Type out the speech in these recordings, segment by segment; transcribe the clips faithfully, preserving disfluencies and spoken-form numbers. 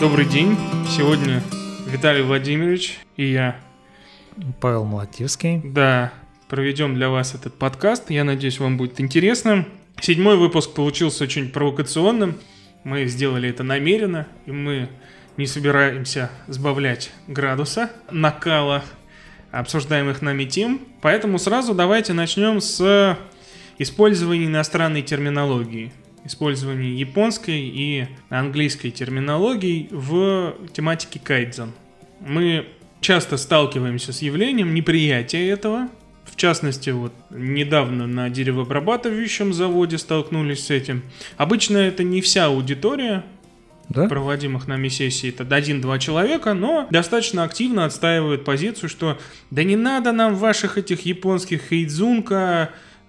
Добрый день. Сегодня Виталий Владимирович и я, Павел Молотевский. Да, проведем для вас этот подкаст. Я надеюсь, вам будет интересно. Седьмой выпуск получился очень провокационным. Мы сделали это намеренно, и мы не собираемся сбавлять градуса, накала обсуждаемых нами тем. Поэтому сразу давайте начнем с использования иностранной терминологии. Использование японской и английской терминологий в тематике кайдзен. Мы часто сталкиваемся с явлением неприятия этого. В частности, вот недавно на деревообрабатывающем заводе столкнулись с этим. Обычно это не вся аудитория, да? Проводимых нами сессий, это один-два человека, но достаточно активно отстаивают позицию, что да не надо нам ваших этих японских хейдзунка,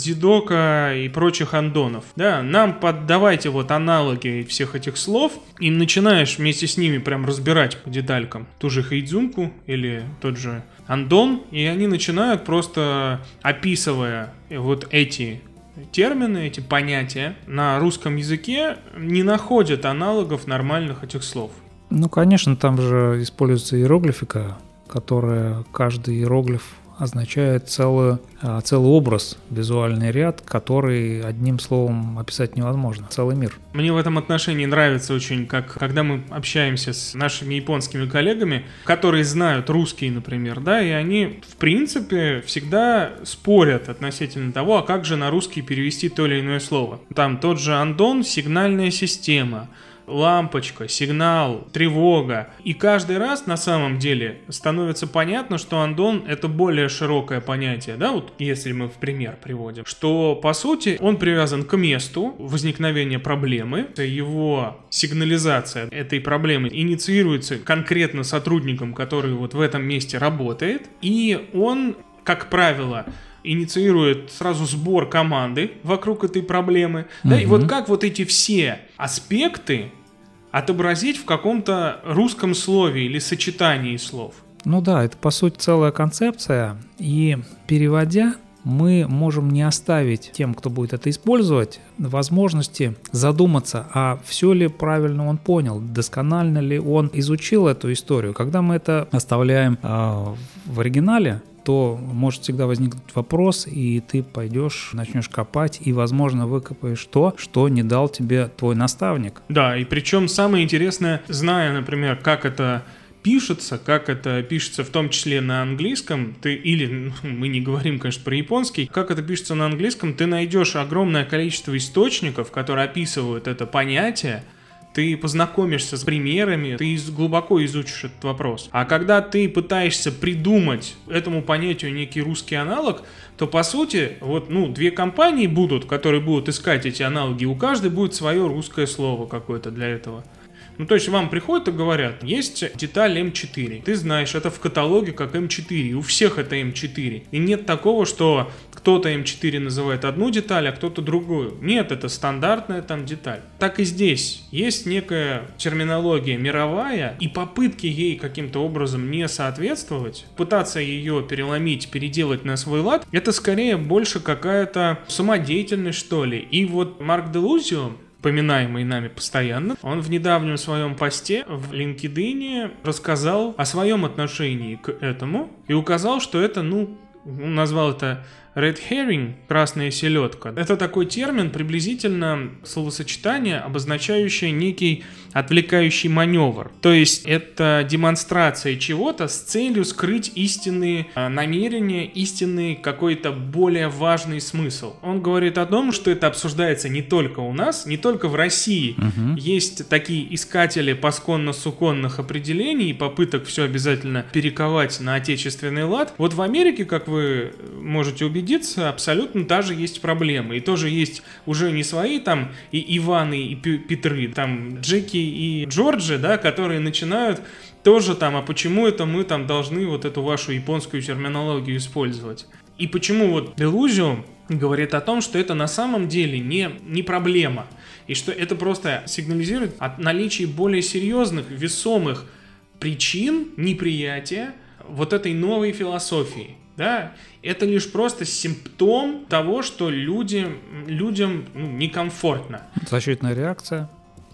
дзидока и прочих андонов. Да, нам поддавайте вот аналоги всех этих слов, и начинаешь вместе с ними прям разбирать по деталькам ту же хейдзунку или тот же андон, и они начинают просто, описывая вот эти термины, эти понятия, на русском языке не находят аналогов нормальных этих слов. Ну, конечно, там же используется иероглифика, которая каждый иероглиф означает целый, целый образ, визуальный ряд, который одним словом описать невозможно. Целый мир. Мне в этом отношении нравится очень, как когда мы общаемся с нашими японскими коллегами, которые знают русский, например, да, и они, в принципе, всегда спорят относительно того, а как же на русский перевести то или иное слово. Там тот же андон — сигнальная система, лампочка, сигнал, тревога. И каждый раз на самом деле становится понятно, что андон — это более широкое понятие, да, вот если мы в пример приводим, что по сути он привязан к месту возникновения проблемы, его сигнализация этой проблемы инициируется конкретно сотрудником, который вот в этом месте работает, и он, как правило, инициирует сразу сбор команды вокруг этой проблемы. Uh-huh. Да, и вот как вот эти все аспекты отобразить в каком-то русском слове или сочетании слов? Ну да, это по сути целая концепция, и переводя, мы можем не оставить тем, кто будет это использовать, возможности задуматься, а все ли правильно он понял, досконально ли он изучил эту историю. Когда мы это оставляем э, в оригинале, то может всегда возникнуть вопрос, и ты пойдешь, начнешь копать, и, возможно, выкопаешь то, что не дал тебе твой наставник. Да, и причем самое интересное, зная, например, как это пишется, как это пишется в том числе на английском, ты, или, ну, мы не говорим, конечно, про японский, как это пишется на английском, ты найдешь огромное количество источников, которые описывают это понятие, ты познакомишься с примерами, ты глубоко изучишь этот вопрос. А когда ты пытаешься придумать этому понятию некий русский аналог, то по сути, вот, ну, две компании будут, которые будут искать эти аналоги, у каждой будет свое русское слово какое-то для этого. Ну, то есть вам приходят и говорят, есть деталь эм четыре. Ты знаешь, это в каталоге как эм четыре. У всех это эм четыре. И нет такого, что кто-то эм четыре называет одну деталь, а кто-то другую. Нет, это стандартная там деталь. Так и здесь. Есть некая терминология мировая, и попытки ей каким-то образом не соответствовать, пытаться ее переломить, переделать на свой лад, это скорее больше какая-то самодеятельность, что ли. И вот Марк Делузио, поминаемый нами постоянно, он в недавнем своем посте в LinkedIn рассказал о своем отношении к этому и указал, что это, ну, он назвал это red herring, красная селедка. Это такой термин, приблизительно словосочетание, обозначающее некий отвлекающий маневр. То есть это демонстрация чего-то с целью скрыть истинные э, намерения, истинный какой-то более важный смысл. Он говорит о том, что это обсуждается не только у нас, не только в России. Uh-huh. Есть такие искатели пасконно-суконных определений и попыток все обязательно перековать на отечественный лад. Вот в Америке, как вы можете убедиться, абсолютно та же есть проблема. И тоже есть уже не свои там и Иваны, и Петры, там Джеки и Джорджи, да, которые начинают тоже там, а почему это мы там должны вот эту вашу японскую терминологию использовать? И почему вот Делузио говорит о том, что это на самом деле не, не проблема, и что это просто сигнализирует о наличии более серьезных, весомых причин неприятия вот этой новой философии. Да? Это лишь просто симптом того, что люди, людям ну, некомфортно. Защитная реакция.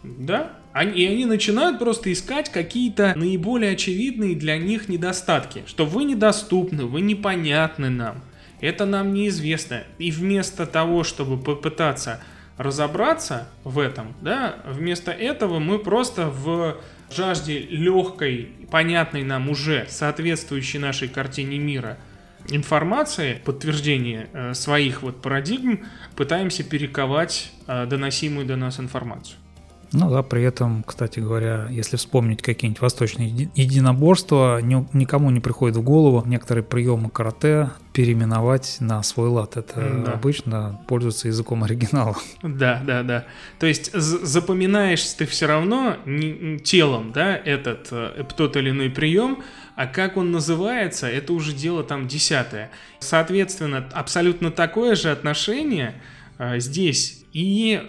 Да? Они, и они начинают просто искать какие-то наиболее очевидные для них недостатки. Что вы недоступны, вы непонятны нам. Это нам неизвестно. И вместо того, чтобы попытаться разобраться в этом, да, вместо этого мы просто в жажде легкой, понятной нам уже, соответствующей нашей картине мира информации, подтверждение э, своих вот парадигм, пытаемся перековать э, доносимую до нас информацию. Ну да, при этом, кстати говоря, если вспомнить какие-нибудь восточные еди- единоборства, ни- никому не приходит в голову некоторые приемы карате переименовать на свой лад. Это Да. обычно пользуется языком оригинала. Да, да, да. То есть з- запоминаешь ты все равно не, телом, да, этот э, тот или иной прием, а как он называется, это уже дело там десятое. Соответственно, абсолютно такое же отношение э, здесь и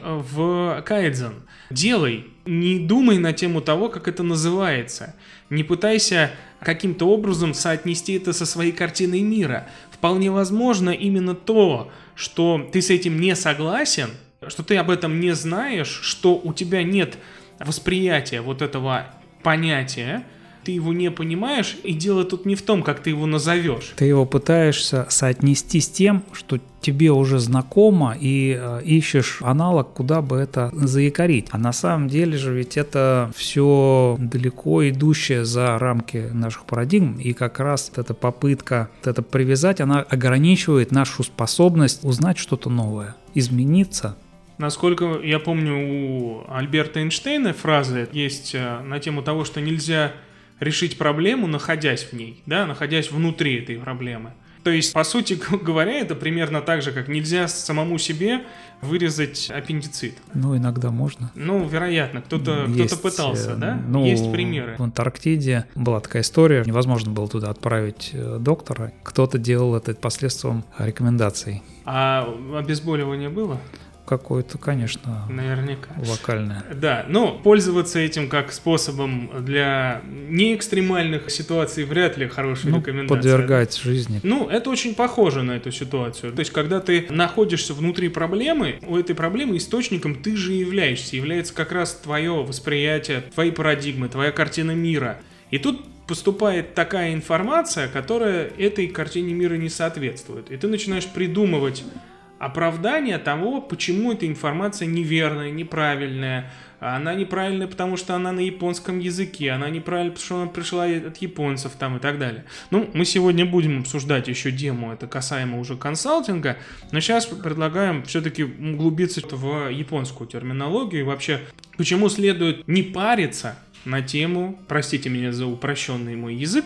в кайдзен. Делай, не думай на тему того, как это называется. Не пытайся каким-то образом соотнести это со своей картиной мира. Вполне возможно, именно то, что ты с этим не согласен, что ты об этом не знаешь, что у тебя нет восприятия вот этого понятия, ты его не понимаешь, и дело тут не в том, как ты его назовешь. Ты его пытаешься соотнести с тем, что тебе уже знакомо, и э, ищешь аналог, куда бы это заякорить. А на самом деле же ведь это все далеко идущее за рамки наших парадигм, и как раз вот эта попытка вот это привязать, она ограничивает нашу способность узнать что-то новое, измениться. Насколько я помню, у Альберта Эйнштейна фраза есть э, на тему того, что нельзя решить проблему, находясь в ней, да, находясь внутри этой проблемы. То есть, по сути говоря, это примерно так же, как нельзя самому себе вырезать аппендицит. Ну, иногда можно. Ну, вероятно, кто-то, Есть, кто-то пытался, да? Ну, Есть примеры. В Антарктиде была такая история, невозможно было туда отправить доктора. Кто-то делал это последствием рекомендаций. А обезболивание было? Какое-то, конечно, наверняка локальное. Да, но пользоваться этим как способом для неэкстремальных ситуаций вряд ли хорошая ну, рекомендация. Подвергать жизни. Ну, это очень похоже на эту ситуацию. То есть, когда ты находишься внутри проблемы, у этой проблемы источником ты же являешься. Является как раз твое восприятие, твои парадигмы, твоя картина мира. И тут поступает такая информация, которая этой картине мира не соответствует. И ты начинаешь придумывать оправдание того, почему эта информация неверная, неправильная. Она неправильная, потому что она на японском языке, она неправильная, потому что она пришла от японцев там и так далее. Ну, мы сегодня будем обсуждать еще демо, это касаемо уже консалтинга, но сейчас предлагаем все-таки углубиться в японскую терминологию и вообще, почему следует не париться на тему, простите меня за упрощенный мой язык,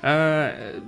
э,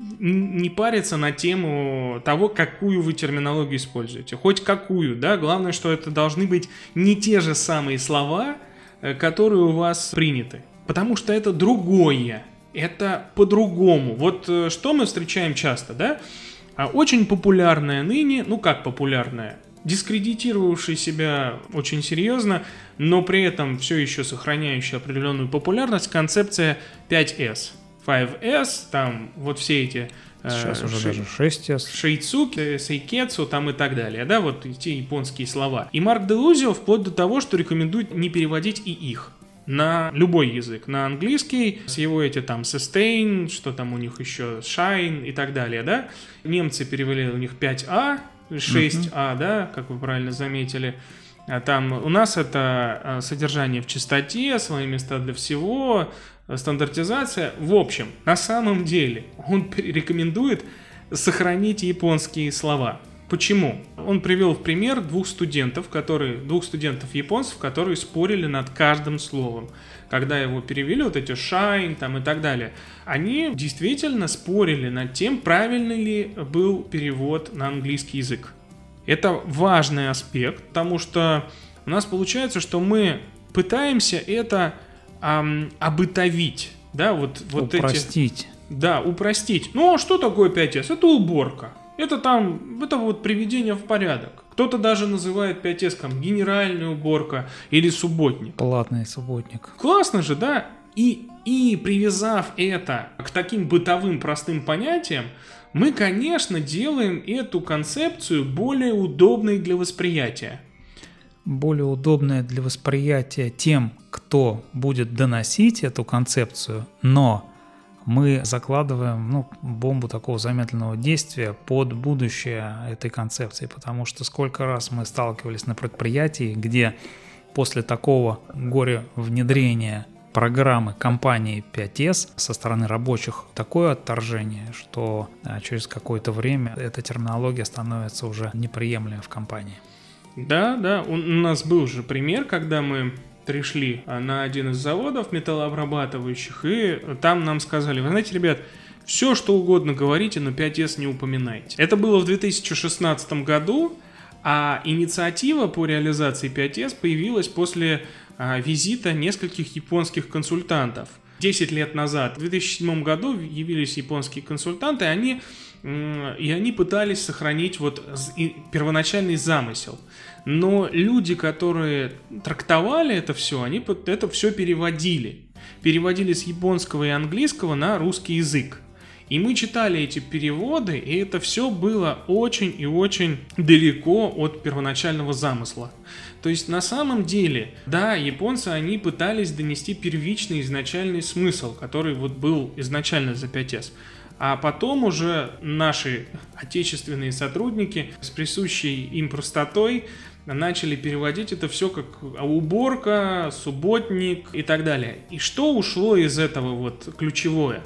не париться на тему того, какую вы терминологию используете. Хоть какую, да, главное, что это должны быть не те же самые слова, которые у вас приняты. Потому что это другое, это по-другому. Вот что мы встречаем часто, да? Очень популярная ныне, ну как популярная? Дискредитировавший себя очень серьезно, но при этом все еще сохраняющий определенную популярность концепция пять эс. пять эс, там вот все эти... Сейчас э, уже ши... даже шесть эс. Шейцуки, сейкетсу там и так далее, да, вот эти японские слова. И Марк Делузио вплоть до того, что рекомендует не переводить и их на любой язык, на английский, с его эти там sustain, что там у них еще, shine и так далее, да. Немцы перевели у них пять а, шесть а, uh-huh. да, как вы правильно заметили. А там у нас это содержание в чистоте, свои места для всего, стандартизация. В общем, на самом деле он рекомендует сохранить японские слова. Почему? Он привел в пример двух студентов, которые, двух студентов-японцев, которые спорили над каждым словом. Когда его перевели, вот эти shine там и так далее, они действительно спорили над тем, правильный ли был перевод на английский язык. Это важный аспект, потому что у нас получается, что мы пытаемся это эм, обытовить, да, вот, вот упростить. Эти, да, упростить. Ну, а что такое пять эс? Это уборка. Это там, это вот приведение в порядок. Кто-то даже называет пять эс там генеральная уборка или субботник. Платный субботник. Классно же, да? И, и привязав это к таким бытовым простым понятиям, мы, конечно, делаем эту концепцию более удобной для восприятия. более удобное для восприятия тем, кто будет доносить эту концепцию, но мы закладываем ну, бомбу такого замедленного действия под будущее этой концепции, потому что сколько раз мы сталкивались на предприятии, где после такого горе-внедрения программы компании пять эс со стороны рабочих такое отторжение, что через какое-то время эта терминология становится уже неприемлемой в компании. Да, да, у нас был же пример, когда мы пришли на один из заводов металлообрабатывающих, и там нам сказали: вы знаете, ребят, все что угодно говорите, но пять эс не упоминайте. Это было в две тысячи шестнадцатом году, а инициатива по реализации пять эс появилась после а, визита нескольких японских консультантов. десять лет назад, в две тысячи седьмом году, явились японские консультанты, и они, и они пытались сохранить вот первоначальный замысел. Но люди, которые трактовали это все, они это все переводили. Переводили с японского и английского на русский язык. И мы читали эти переводы, и это все было очень и очень далеко от первоначального замысла. То есть на самом деле, да, японцы, они пытались донести первичный изначальный смысл, который вот был изначально за пять эс. А потом уже наши отечественные сотрудники с присущей им простотой начали переводить это все как уборка, субботник и так далее. И что ушло из этого вот ключевое?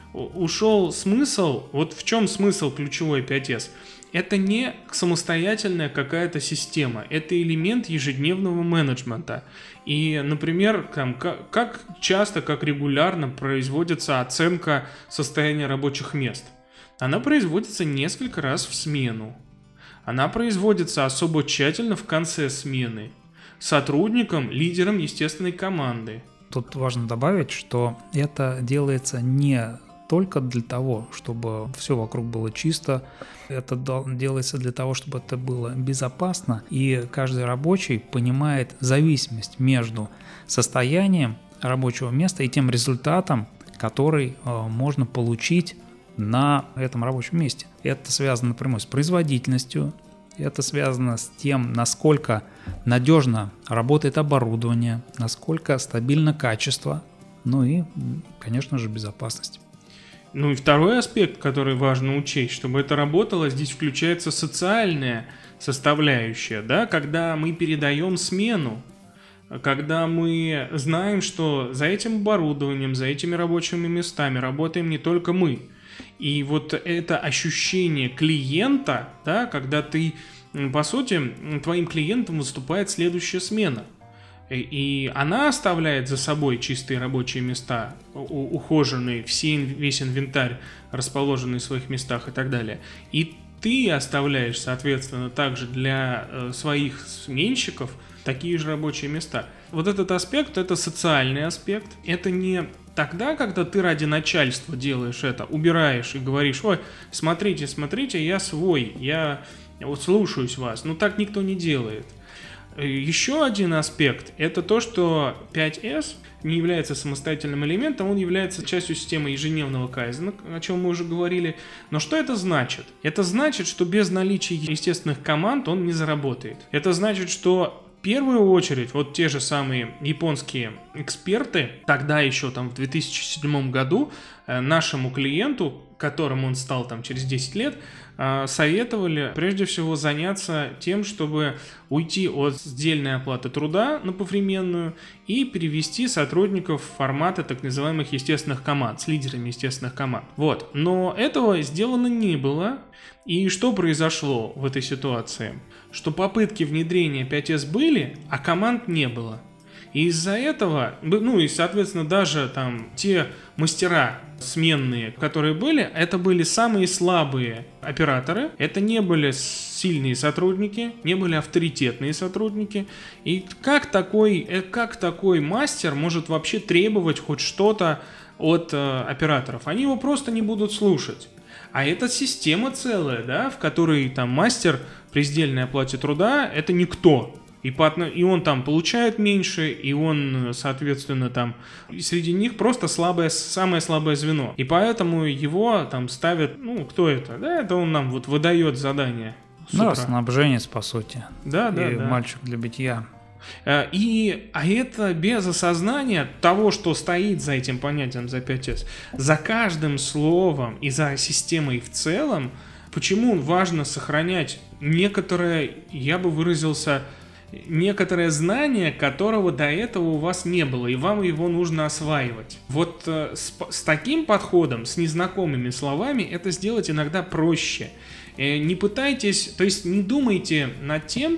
Ушел смысл, вот в чем смысл ключевой пять эс? Это не самостоятельная какая-то система, это элемент ежедневного менеджмента. И, например, там, как, как часто, как регулярно производится оценка состояния рабочих мест? Она производится несколько раз в смену. Она производится особо тщательно в конце смены сотрудником, лидером естественной команды. Тут важно добавить, что это делается не только для того, чтобы все вокруг было чисто, это делается для того, чтобы это было безопасно, и каждый рабочий понимает зависимость между состоянием рабочего места и тем результатом, который э, можно получить на этом рабочем месте. Это связано напрямую с производительностью, это связано с тем, насколько надежно работает оборудование, насколько стабильно качество, ну и, конечно же, безопасность. Ну и второй аспект, который важно учесть, чтобы это работало, здесь включается социальная составляющая, да, когда мы передаем смену, когда мы знаем, что за этим оборудованием, за этими рабочими местами работаем не только мы. И вот это ощущение клиента, да, когда ты, по сути, твоим клиентом выступает следующая смена. И она оставляет за собой чистые рабочие места, ухоженные, все, весь инвентарь расположенный в своих местах и так далее. И ты оставляешь, соответственно, также для своих сменщиков такие же рабочие места. Вот этот аспект, это социальный аспект. Это не тогда, когда ты ради начальства делаешь это, убираешь и говоришь: ой, смотрите, смотрите, я свой, я вот слушаюсь вас. Но так никто не делает. Еще один аспект – это то, что пять эс не является самостоятельным элементом, он является частью системы ежедневного кайдзена, о чем мы уже говорили. Но что это значит? Это значит, что без наличия естественных команд он не заработает. Это значит, что в первую очередь вот те же самые японские эксперты, тогда еще там в две тысячи седьмом году нашему клиенту, которым он стал там через десять лет, советовали прежде всего заняться тем, чтобы уйти от сдельной оплаты труда на повременную и перевести сотрудников в форматы так называемых естественных команд, с лидерами естественных команд. Вот. Но этого сделано не было. И что произошло в этой ситуации? Что попытки внедрения пять эс были, а команд не было. И из-за этого, ну и, соответственно, даже там те мастера сменные, которые были, это были самые слабые операторы, это не были сильные сотрудники, не были авторитетные сотрудники. И как такой, как такой мастер может вообще требовать хоть что-то от э, операторов? Они его просто не будут слушать. А это система целая, да, в которой там мастер при сдельной оплате труда – это никто. И, по, и он там получает меньше, и он, соответственно, там среди них просто слабое, самое слабое звено. И поэтому его там ставят, ну, кто это? Да, это он нам вот выдает задание. с Да, утра. снабженец, по сути. Да, да, И да. мальчик для битья. Э, И, а это без осознания того, что стоит за этим понятием, за пять эс. За каждым словом и за системой в целом, почему важно сохранять некоторое, я бы выразился, некоторое знание, которого до этого у вас не было, и вам его нужно осваивать. Вот э, с, с таким подходом, с незнакомыми словами, это сделать иногда проще. Э, не пытайтесь, то есть не думайте над тем,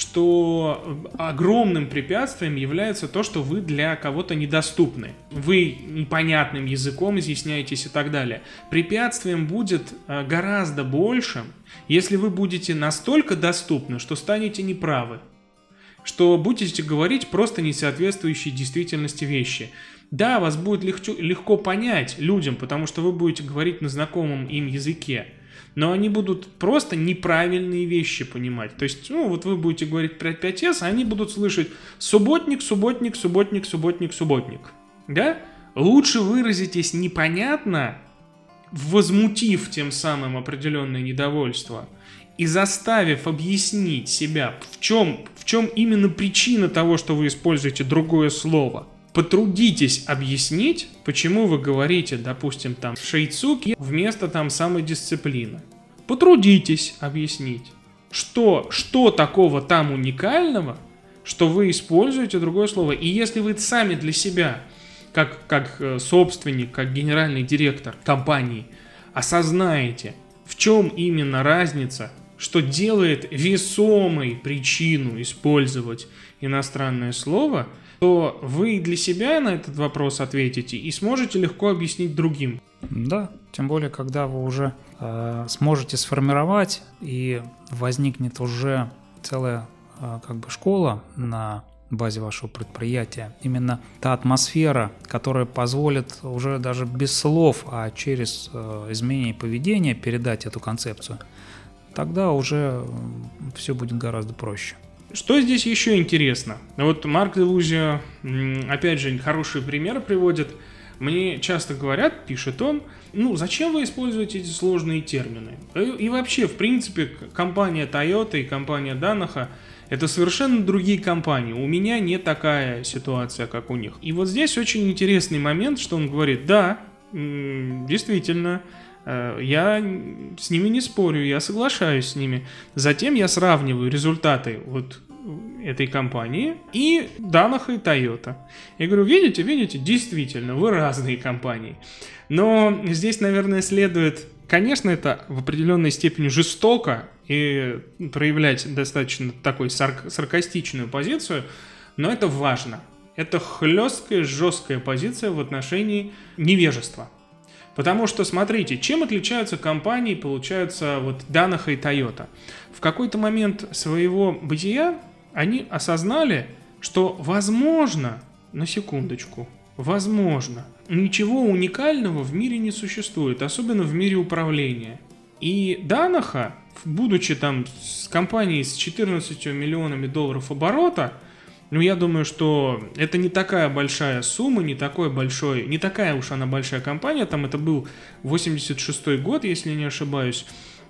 что огромным препятствием является то, что вы для кого-то недоступны. Вы непонятным языком изъясняетесь и так далее. Препятствием будет э, гораздо большим, если вы будете настолько доступны, что станете неправы, что будете говорить просто не соответствующие действительности вещи. Да, вас будет легчо, легко понять людям, потому что вы будете говорить на знакомом им языке, но они будут просто неправильные вещи понимать. То есть, ну, вот вы будете говорить про пять эс, а они будут слышать субботник, субботник, субботник, субботник, субботник. Да? Лучше выразитесь непонятно, возмутив тем самым определенное недовольство, и заставив объяснить себя, в чем, в чем именно причина того, что вы используете другое слово. Потрудитесь объяснить, почему вы говорите, допустим, там шейцуки вместо там самодисциплины. Потрудитесь объяснить, что, что такого там уникального, что вы используете другое слово. И если вы сами для себя, как, как собственник, как генеральный директор компании, осознаете, в чем именно разница, что делает весомой причину использовать иностранное слово, то вы для себя на этот вопрос ответите и сможете легко объяснить другим. Да, тем более, когда вы уже э, сможете сформировать и возникнет уже целая э, как бы школа на базе вашего предприятия, именно та атмосфера, которая позволит уже даже без слов, а через э, изменение поведения передать эту концепцию, тогда уже все будет гораздо проще. Что здесь еще интересно? Вот Марк Делузио, опять же, хорошие примеры приводит. Мне часто говорят, пишет он, ну, зачем вы используете эти сложные термины? И вообще, в принципе, компания Toyota и компания Danaher — это совершенно другие компании. У меня не такая ситуация, как у них. И вот здесь очень интересный момент, что он говорит, да, действительно, я с ними не спорю, я соглашаюсь с ними. Затем я сравниваю результаты вот этой компании и Danaher и Toyota. Я говорю, видите, видите, действительно, вы разные компании. Но здесь, наверное, следует, конечно, это в определенной степени жестоко и проявлять достаточно такой сарк- саркастичную позицию, но это важно. Это хлесткая, жесткая позиция в отношении невежества. Потому что, смотрите, чем отличаются компании, получаются вот Danaher и Toyota. В какой-то момент своего бытия они осознали, что возможно, на секундочку, возможно, ничего уникального в мире не существует, особенно в мире управления. И Danaher, будучи там с компанией с четырнадцатью миллионами долларов оборота, ну, я думаю, что это не такая большая сумма, не такой большой, не такая уж она большая компания, там это был восемьдесят шестой год, если не ошибаюсь.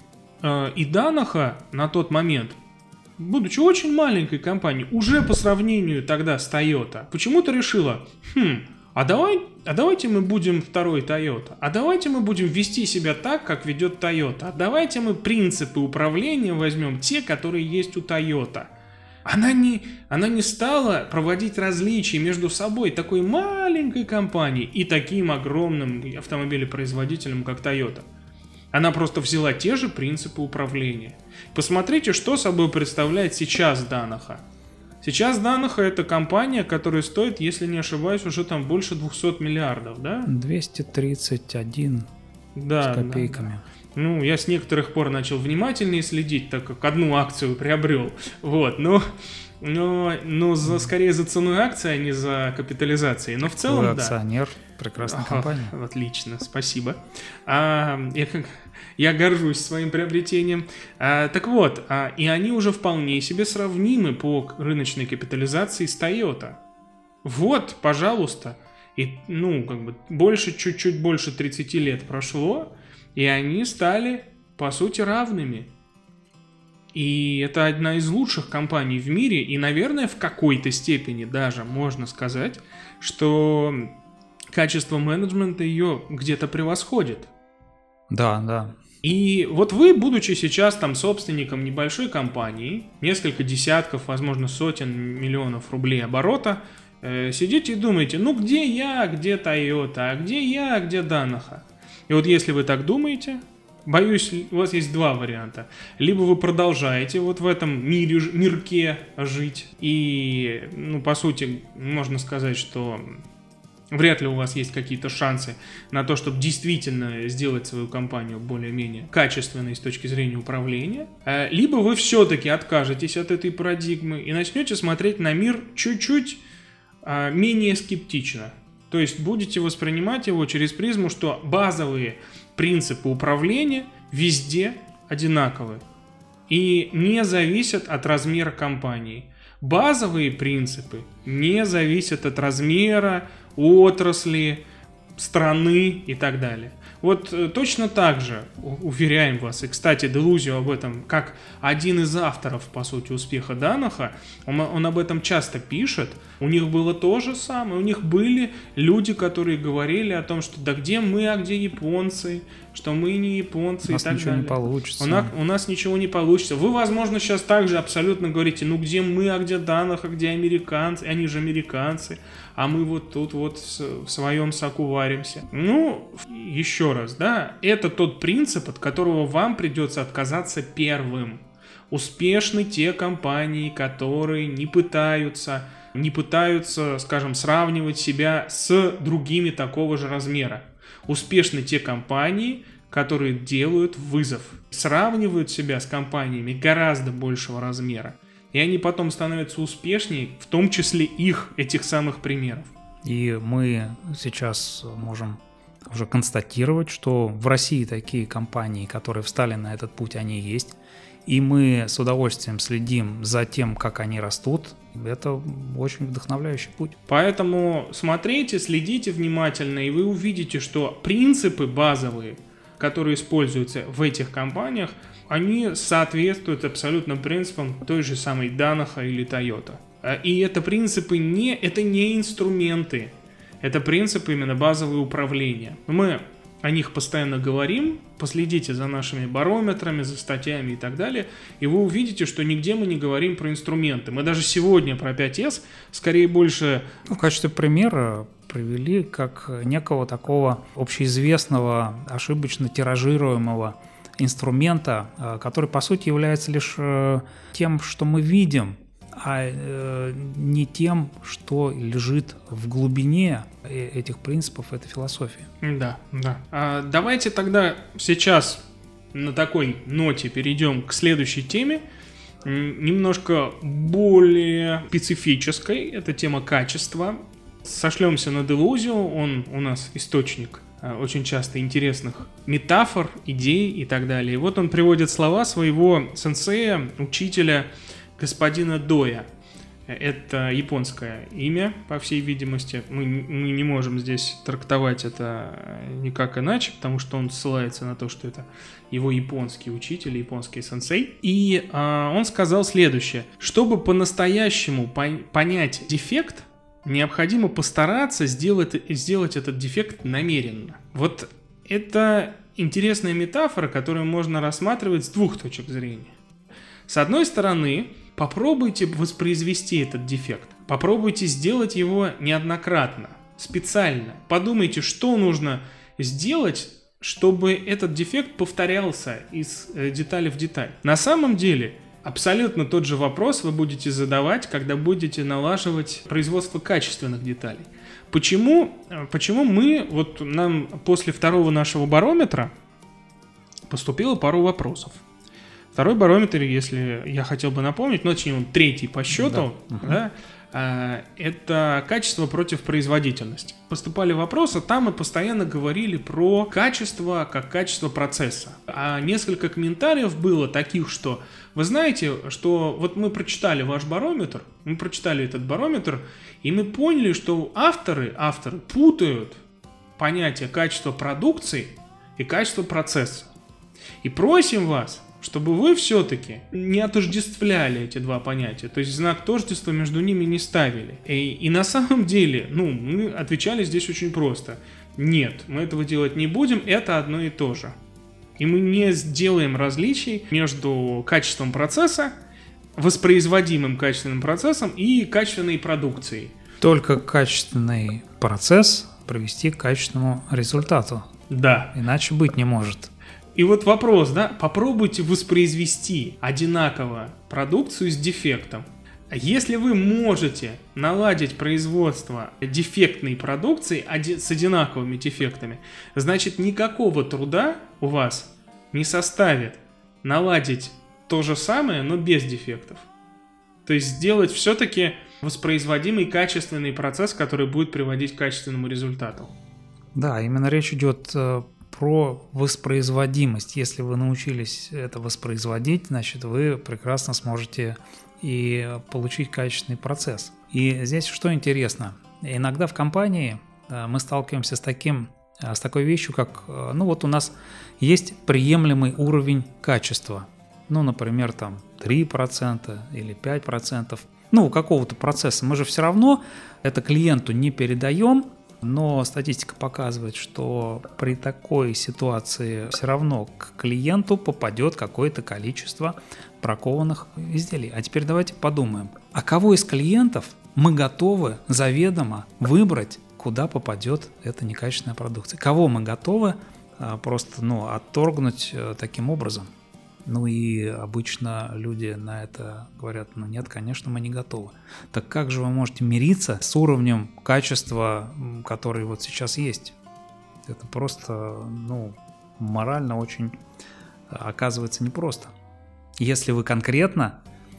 И Danaher на тот момент, будучи очень маленькой компанией, уже по сравнению тогда с Toyota, почему-то решила, хм, а, давай, а давайте мы будем второй Toyota, а давайте мы будем вести себя так, как ведет Toyota, а давайте мы принципы управления возьмем те, которые есть у Toyota. Она не, она не стала проводить различия между собой такой маленькой компанией и таким огромным автомобилепроизводителем, как Toyota. Она просто взяла те же принципы управления. Посмотрите, что собой представляет сейчас Danaher. Сейчас Danaher — это компания, которая стоит, если не ошибаюсь, уже там больше двухсот миллиардов, да? двести тридцать один да, с копейками. Да, да. Ну, я с некоторых пор начал внимательнее следить, так как одну акцию приобрел. Вот, но, но, но за, скорее за ценой акции, а не за капитализацией. Но в целом, Вы да. акционер прекрасной Ага, компании. Отлично, спасибо. А, я, я горжусь своим приобретением. А, так вот, а, и они уже вполне себе сравнимы по рыночной капитализации с Toyota. Вот, пожалуйста. И, ну, как бы, больше, чуть-чуть больше тридцати лет прошло, и они стали, по сути, равными. И это одна из лучших компаний в мире, и, наверное, в какой-то степени даже можно сказать, что качество менеджмента ее где-то превосходит. Да, да. И вот вы, будучи сейчас там собственником небольшой компании, несколько десятков, возможно, сотен миллионов рублей оборота, э, сидите и думаете, ну где я, где Toyota, а где я, где Danaher? И вот если вы так думаете, боюсь, у вас есть два варианта. Либо вы продолжаете вот в этом мире, мирке жить, и, ну, по сути, можно сказать, что вряд ли у вас есть какие-то шансы на то, чтобы действительно сделать свою компанию более-менее качественной с точки зрения управления. Либо вы все-таки откажетесь от этой парадигмы и начнете смотреть на мир чуть-чуть менее скептично. То есть будете воспринимать его через призму, что базовые принципы управления везде одинаковы и не зависят от размера компании. Базовые принципы не зависят от размера, отрасли, страны и так далее. Вот точно так же уверяем вас, и, кстати, Делузио об этом, как один из авторов, по сути, успеха Danaher, он, он об этом часто пишет. У них было то же самое, у них были люди, которые говорили о том, что да где мы, а где японцы, что мы не японцы и так далее. У нас ничего не получится. У нас, у нас ничего не получится. Вы, возможно, сейчас также абсолютно говорите, ну где мы, а где Danaher, где американцы, они же американцы, а мы вот тут вот в своем соку варимся. Ну, еще раз, да, это тот принцип, от которого вам придется отказаться первым. Успешны те компании, которые не пытаются, не пытаются, скажем, сравнивать себя с другими такого же размера. Успешны те компании, которые делают вызов, сравнивают себя с компаниями гораздо большего размера. И они потом становятся успешнее, в том числе их, этих самых примеров. И мы сейчас можем уже констатировать, что в России такие компании, которые встали на этот путь, они есть. И мы с удовольствием следим за тем, как они растут. Это очень вдохновляющий путь. Поэтому смотрите, следите внимательно, и вы увидите, что принципы базовые, которые используются в этих компаниях, они соответствуют абсолютно принципам той же самой Danaher или Toyota. И это принципы не, это не инструменты, это принципы именно базовые управления. Мы о них постоянно говорим, последите за нашими барометрами, за статьями и так далее, и вы увидите, что нигде мы не говорим про инструменты. Мы даже сегодня про пять эс скорее больше... В качестве примера привели как некого такого общеизвестного, ошибочно тиражируемого инструмента, который по сути является лишь тем, что мы видим, а не тем, что лежит в глубине этих принципов, этой философии. Да, да. А давайте тогда сейчас на такой ноте перейдем к следующей теме, немножко более специфической. Это тема качества. Сошлемся на Делузио, он у нас источник очень часто интересных метафор, идей и так далее. И вот он приводит слова своего сенсея, учителя, господина Доя. Это японское имя, по всей видимости. Мы, мы не можем здесь трактовать это никак иначе, потому что он ссылается на то, что это его японский учитель, японский сенсей. И а, он сказал следующее. Чтобы по-настоящему пон- понять дефект, необходимо постараться сделать, сделать этот дефект намеренно. Вот это интересная метафора, которую можно рассматривать с двух точек зрения. С одной стороны, попробуйте воспроизвести этот дефект. Попробуйте сделать его неоднократно, специально. Подумайте, что нужно сделать, чтобы этот дефект повторялся из детали в деталь. На самом деле, абсолютно тот же вопрос вы будете задавать, когда будете налаживать производство качественных деталей. Почему, почему мы, вот нам после второго нашего барометра поступило пару вопросов. Второй барометр, если я хотел бы напомнить, ну, точнее, он третий по счету, да. Угу. Да, это качество против производительности. Поступали вопросы, там мы постоянно говорили про качество как качество процесса. А несколько комментариев было таких, что вы знаете, что вот мы прочитали ваш барометр, мы прочитали этот барометр, и мы поняли, что авторы, авторы путают понятие качества продукции и качество процесса. И просим вас, чтобы вы все-таки не отождествляли эти два понятия, то есть знак тождества между ними не ставили. И, и на самом деле, ну, мы отвечали здесь очень просто. Нет, мы этого делать не будем, это одно и то же. И мы не сделаем различий между качеством процесса, воспроизводимым качественным процессом и качественной продукцией. Только качественный процесс привести к качественному результату. Да. Иначе быть не может. И вот вопрос, да, попробуйте воспроизвести одинаково продукцию с дефектом. Если вы можете наладить производство дефектной продукции с одинаковыми дефектами, значит никакого труда у вас не составит наладить то же самое, но без дефектов. То есть сделать все-таки воспроизводимый качественный процесс, который будет приводить к качественному результату. Да, именно речь идет про воспроизводимость. Если вы научились это воспроизводить, значит вы прекрасно сможете и получить качественный процесс. И здесь что интересно, иногда в компании мы сталкиваемся с таким, с такой вещью, как, ну вот у нас есть приемлемый уровень качества, ну, например, там три процента или пять процентов, ну, у какого-то процесса. Мы же все равно это клиенту не передаем, но статистика показывает, что при такой ситуации все равно к клиенту попадет какое-то количество бракованных изделий. А теперь давайте подумаем, а кого из клиентов мы готовы заведомо выбрать, куда попадет эта некачественная продукция? Кого мы готовы а, просто ну, отторгнуть а, таким образом? Ну и обычно люди на это говорят, ну нет, конечно, мы не готовы. Так как же вы можете мириться с уровнем качества, который вот сейчас есть? Это просто, ну, морально очень оказывается непросто. Если вы конкретно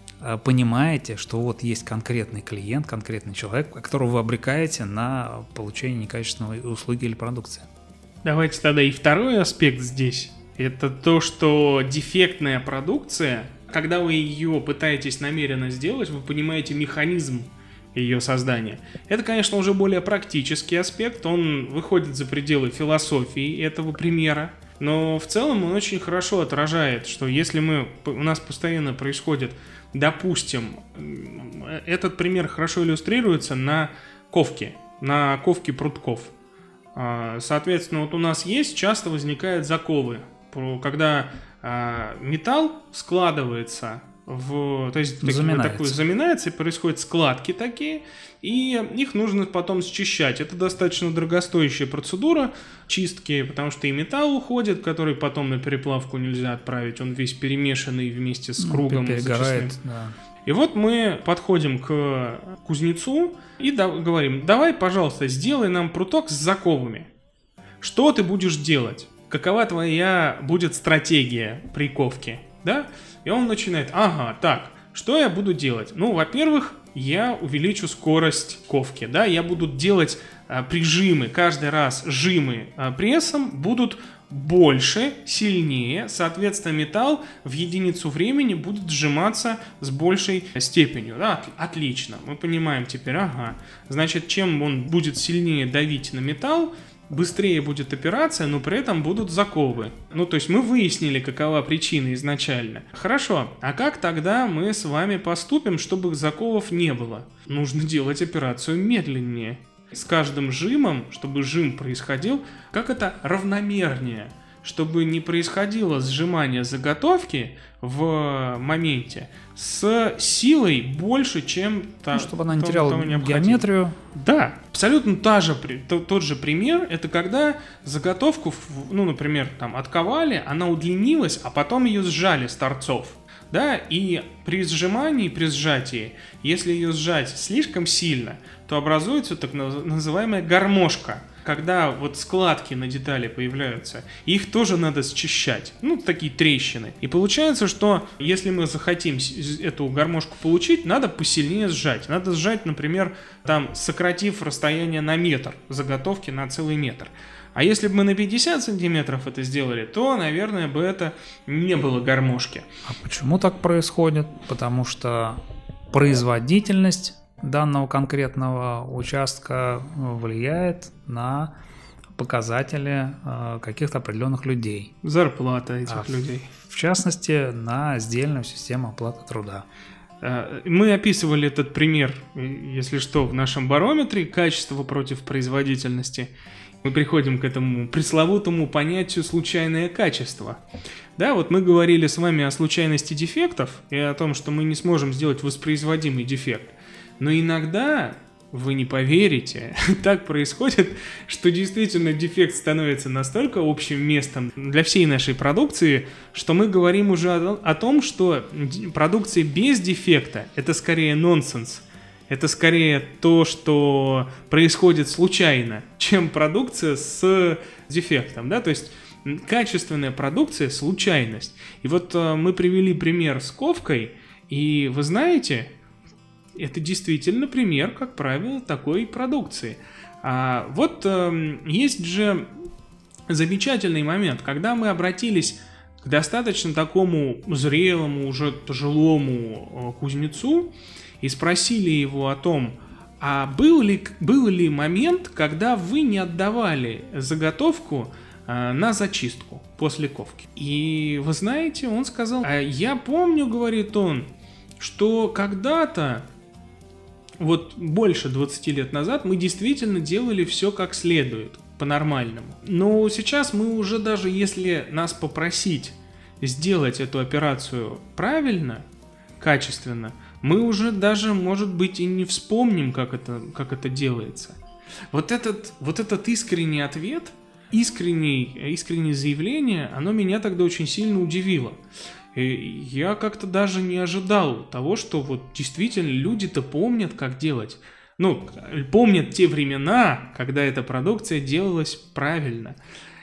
понимаете, что вот есть конкретный клиент, конкретный человек, которого вы обрекаете на получение некачественной услуги или продукции. Давайте тогда и второй аспект здесь. Это то, что дефектная продукция, когда вы ее пытаетесь намеренно сделать, вы понимаете механизм ее создания. Это, конечно, уже более практический аспект, он выходит за пределы философии этого примера, но в целом он очень хорошо отражает, что если мы, у нас постоянно происходит, допустим, этот пример хорошо иллюстрируется на ковке, на ковке прутков. Соответственно, вот у нас есть, часто возникают заковы, когда а, металл складывается в, то есть заминается. Такой, заминается, и происходят складки такие, и их нужно потом счищать. Это достаточно дорогостоящая процедура чистки, потому что и металл уходит, который потом на переплавку нельзя отправить, он весь перемешанный вместе с кругом. Ну, перегорает, да. И вот мы подходим к кузнецу и да, говорим, давай, пожалуйста, сделай нам пруток с заковами. Что ты будешь делать? Какова твоя будет стратегия при ковке, да? И он начинает, ага, так, что я буду делать? Ну, во-первых, я увеличу скорость ковки, да, я буду делать а, прижимы, каждый раз жимы а, прессом будут больше, сильнее, соответственно, металл в единицу времени будет сжиматься с большей степенью, да, отлично, мы понимаем теперь, ага, значит, чем он будет сильнее давить на металл, быстрее будет операция, но при этом будут заковы. Ну, то есть мы выяснили, какова причина изначально. Хорошо, а как тогда мы с вами поступим, чтобы заковов не было? Нужно делать операцию медленнее. С каждым жимом, чтобы жим происходил, как это равномернее, чтобы не происходило сжимание заготовки в моменте с силой больше, чем та, ну, чтобы она не теряла геометрию. Да, абсолютно та же, тот же пример, это когда заготовку, ну, например, там отковали, она удлинилась, а потом ее сжали с торцов. Да, и при сжимании, при сжатии, если ее сжать слишком сильно, то образуется так называемая гармошка. Когда вот складки на детали появляются, их тоже надо счищать, ну, такие трещины. И получается, что если мы захотим эту гармошку получить, надо посильнее сжать. Надо сжать, например, там, сократив расстояние на метр, заготовки на целый метр. А если бы мы на пятьдесят сантиметров это сделали, то, наверное, бы это не было гармошки. А почему так происходит? Потому что производительность данного конкретного участка влияет на показатели э, каких-то определенных людей. Зарплата этих а людей. В, в частности, на сдельную систему оплаты труда. Мы описывали этот пример, если что, в нашем барометре «Качество против производительности». Мы приходим к этому пресловутому понятию «случайное качество». Да, вот мы говорили с вами о случайности дефектов и о том, что мы не сможем сделать воспроизводимый дефект. Но иногда, вы не поверите, так происходит, что действительно дефект становится настолько общим местом для всей нашей продукции, что мы говорим уже о, о том, что продукция без дефекта – это скорее нонсенс. Это скорее то, что происходит случайно, чем продукция с дефектом, да, то есть качественная продукция – случайность. И вот э, мы привели пример с ковкой, и вы знаете, это действительно пример, как правило, такой продукции. А вот э, есть же замечательный момент, когда мы обратились к достаточно такому зрелому, уже пожилому э, кузнецу, и спросили его о том, а был ли, был ли момент, когда вы не отдавали заготовку э, на зачистку после ковки. И вы знаете, он сказал, а я помню, говорит он, что когда-то, вот больше двадцати лет назад, мы действительно делали все как следует, по-нормальному. Но сейчас мы уже даже, если нас попросить сделать эту операцию правильно, качественно, мы уже даже, может быть, и не вспомним, как это, как это делается. Вот этот, вот этот искренний ответ, искренний, искреннее заявление, оно меня тогда очень сильно удивило. И я как-то даже не ожидал того, что вот действительно люди-то помнят, как делать. Ну, помнят те времена, когда эта продукция делалась правильно.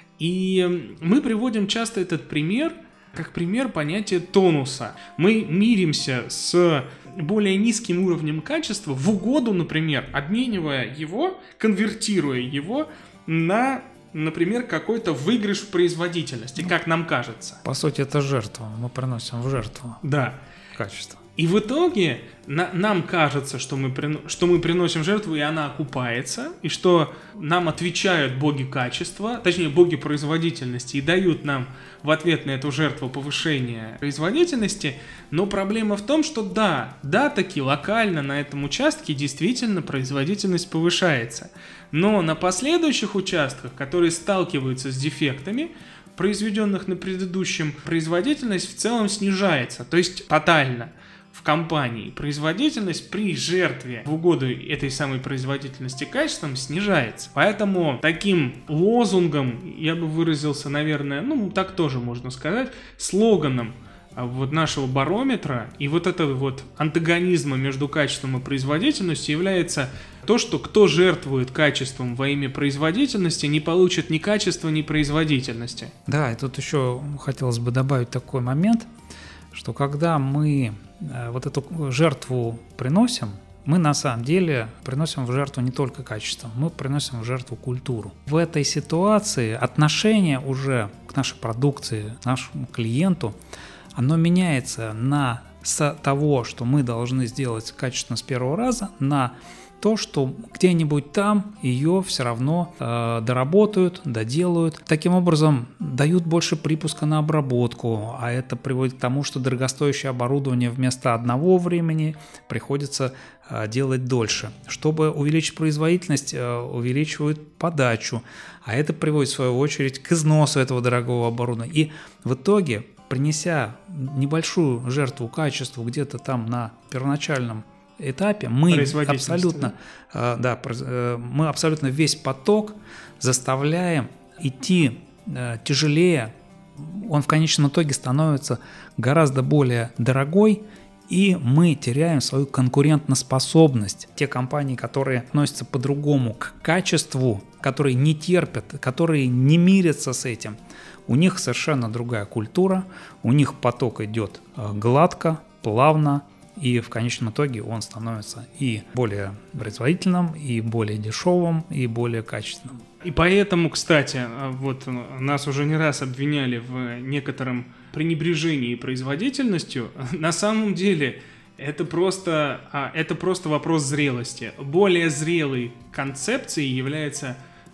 И мы приводим часто этот пример, как пример понятия тонуса. Мы миримся с более низким уровнем качества в угоду, например, обменивая его, конвертируя его на, например, какой-то выигрыш в производительности, как нам кажется. По сути, это жертва. Мы приносим в жертву да. качество. И в итоге на, нам кажется, что мы, при, что мы приносим жертву, и она окупается, и что нам отвечают боги качества, точнее, боги производительности, и дают нам в ответ на эту жертву повышение производительности. Но проблема в том, что да, да, таки локально на этом участке действительно производительность повышается. Но на последующих участках, которые сталкиваются с дефектами, произведенных на предыдущем, производительность в целом снижается, то есть тотально. В компании производительность при жертве в угоду этой самой производительности качеством снижается. Поэтому таким лозунгом, я бы выразился, наверное, ну так тоже можно сказать, слоганом вот нашего барометра и вот этого вот антагонизма между качеством и производительностью является то, что кто жертвует качеством во имя производительности, не получит ни качества, ни производительности. Да, и тут еще хотелось бы добавить такой момент, что когда мы вот эту жертву приносим, мы на самом деле приносим в жертву не только качество, мы приносим в жертву культуру. В этой ситуации отношение уже к нашей продукции, к нашему клиенту, оно меняется на с того, что мы должны сделать качественно с первого раза, на то, что где-нибудь там ее все равно э, доработают, доделают. Таким образом, дают больше припуска на обработку, а это приводит к тому, что дорогостоящее оборудование вместо одного времени приходится э, делать дольше. Чтобы увеличить производительность, э, увеличивают подачу, а это приводит, в свою очередь, к износу этого дорогого оборудования. И в итоге, принеся небольшую жертву качеству где-то там на первоначальном этапе, мы абсолютно, да? Да, мы абсолютно весь поток заставляем идти тяжелее, он в конечном итоге становится гораздо более дорогой, и мы теряем свою конкурентоспособность. Те компании, которые относятся по-другому к качеству, которые не терпят, которые не мирятся с этим, у них совершенно другая культура, у них поток идет гладко, плавно, и в конечном итоге он становится и более производительным, и более дешевым, и более качественным. И поэтому, кстати, вот нас уже не раз обвиняли в некотором пренебрежении производительностью. На самом деле это просто, это просто вопрос зрелости. Более зрелой концепцией является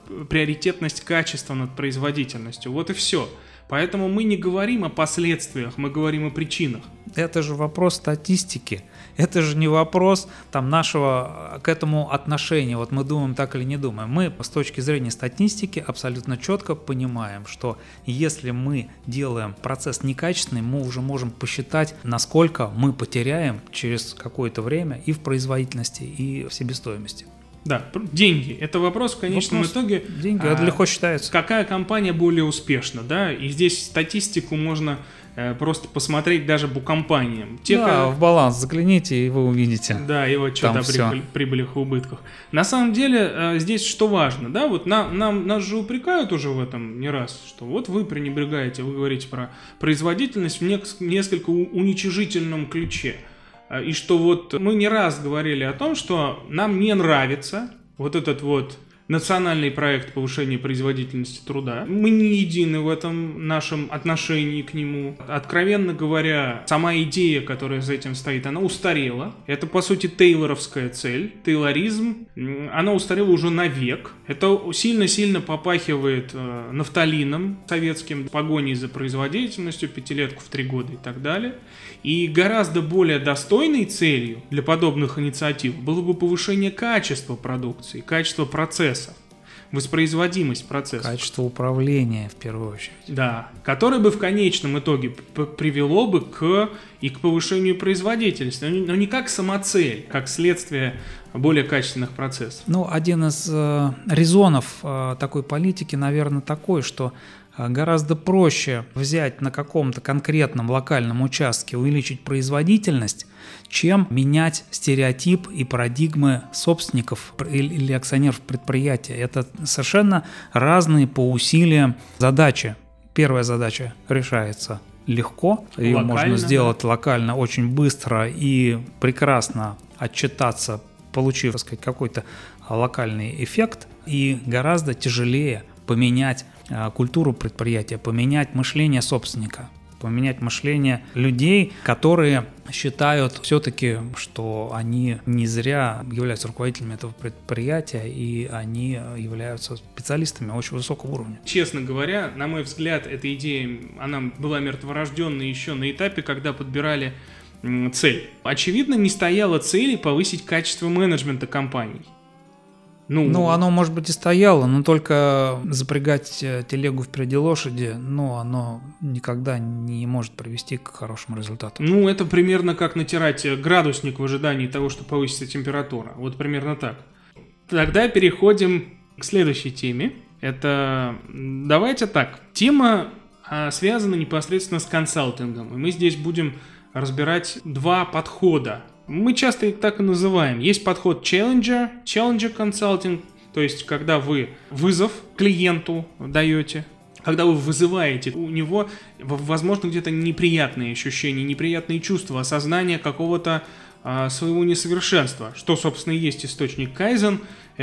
приоритетность качества над производительностью. Вот и все. Поэтому мы не говорим о последствиях, мы говорим о причинах. Это же вопрос статистики. Это же не вопрос там, нашего к этому отношения. Вот мы думаем так или не думаем. Мы с точки зрения статистики абсолютно четко понимаем, что если мы делаем процесс некачественный, мы уже можем посчитать, насколько мы потеряем через какое-то время и в производительности, и в себестоимости. Да, деньги. Это вопрос в конечном вопрос, итоге. Деньги, а, это легко считается. Какая компания более успешна, да? И здесь статистику можно э, просто посмотреть даже по компаниям. Те, да, как... в баланс загляните, и вы увидите. Да, и вот что-то о прибыль, прибылях и убытках. На самом деле, э, здесь что важно, да? Вот на, нам, нас же упрекают уже в этом не раз, что вот вы пренебрегаете, вы говорите про производительность в не, несколько уничижительном ключе. И что вот мы не раз говорили о том, что нам не нравится вот этот вот национальный проект повышения производительности труда. Мы не едины в этом нашем отношении к нему. Откровенно говоря, сама идея, которая за этим стоит, она устарела. Это, по сути, тейлоровская цель, тейлоризм. Она устарела уже навек. Это сильно-сильно попахивает э, нафталином советским, погоней за производительностью, пятилетку в три года и так далее. И гораздо более достойной целью для подобных инициатив было бы повышение качества продукции, качества процессов, воспроизводимость процессов. Качество управления, в первую очередь. Да, которое бы в конечном итоге привело бы к, и к повышению производительности, но не как самоцель, как следствие более качественных процессов. Ну, один из э, резонов э, такой политики, наверное, такой, что гораздо проще взять на каком-то конкретном локальном участке, увеличить производительность, чем менять стереотип и парадигмы собственников или акционеров предприятия. Это совершенно разные по усилиям задачи. Первая задача решается легко, ее локально, можно сделать да. локально очень быстро и прекрасно отчитаться, получив, так сказать, какой-то локальный эффект, и гораздо тяжелее поменять культуру предприятия, поменять мышление собственника, поменять мышление людей, которые считают все-таки, что они не зря являются руководителями этого предприятия, и они являются специалистами очень высокого уровня. Честно говоря, на мой взгляд, эта идея, она была мертворожденной еще на этапе, когда подбирали цель. Очевидно, не стояла цели повысить качество менеджмента компаний. Ну, ну, оно, может быть, и стояло, но только запрягать телегу впереди лошади, ну, оно никогда не может привести к хорошему результату. Ну, это примерно как натирать градусник в ожидании того, что повысится температура. Вот примерно так. Тогда переходим к следующей теме. Это, давайте так, тема связана непосредственно с консалтингом. И мы здесь будем разбирать два подхода. Мы часто их так и называем. Есть подход Challenger, Challenger Consulting, то есть когда вы вызов клиенту даете, когда вы вызываете у него, возможно, где-то неприятные ощущения, неприятные чувства, осознание какого-то а, своего несовершенства, что, собственно, и есть источник кайзен,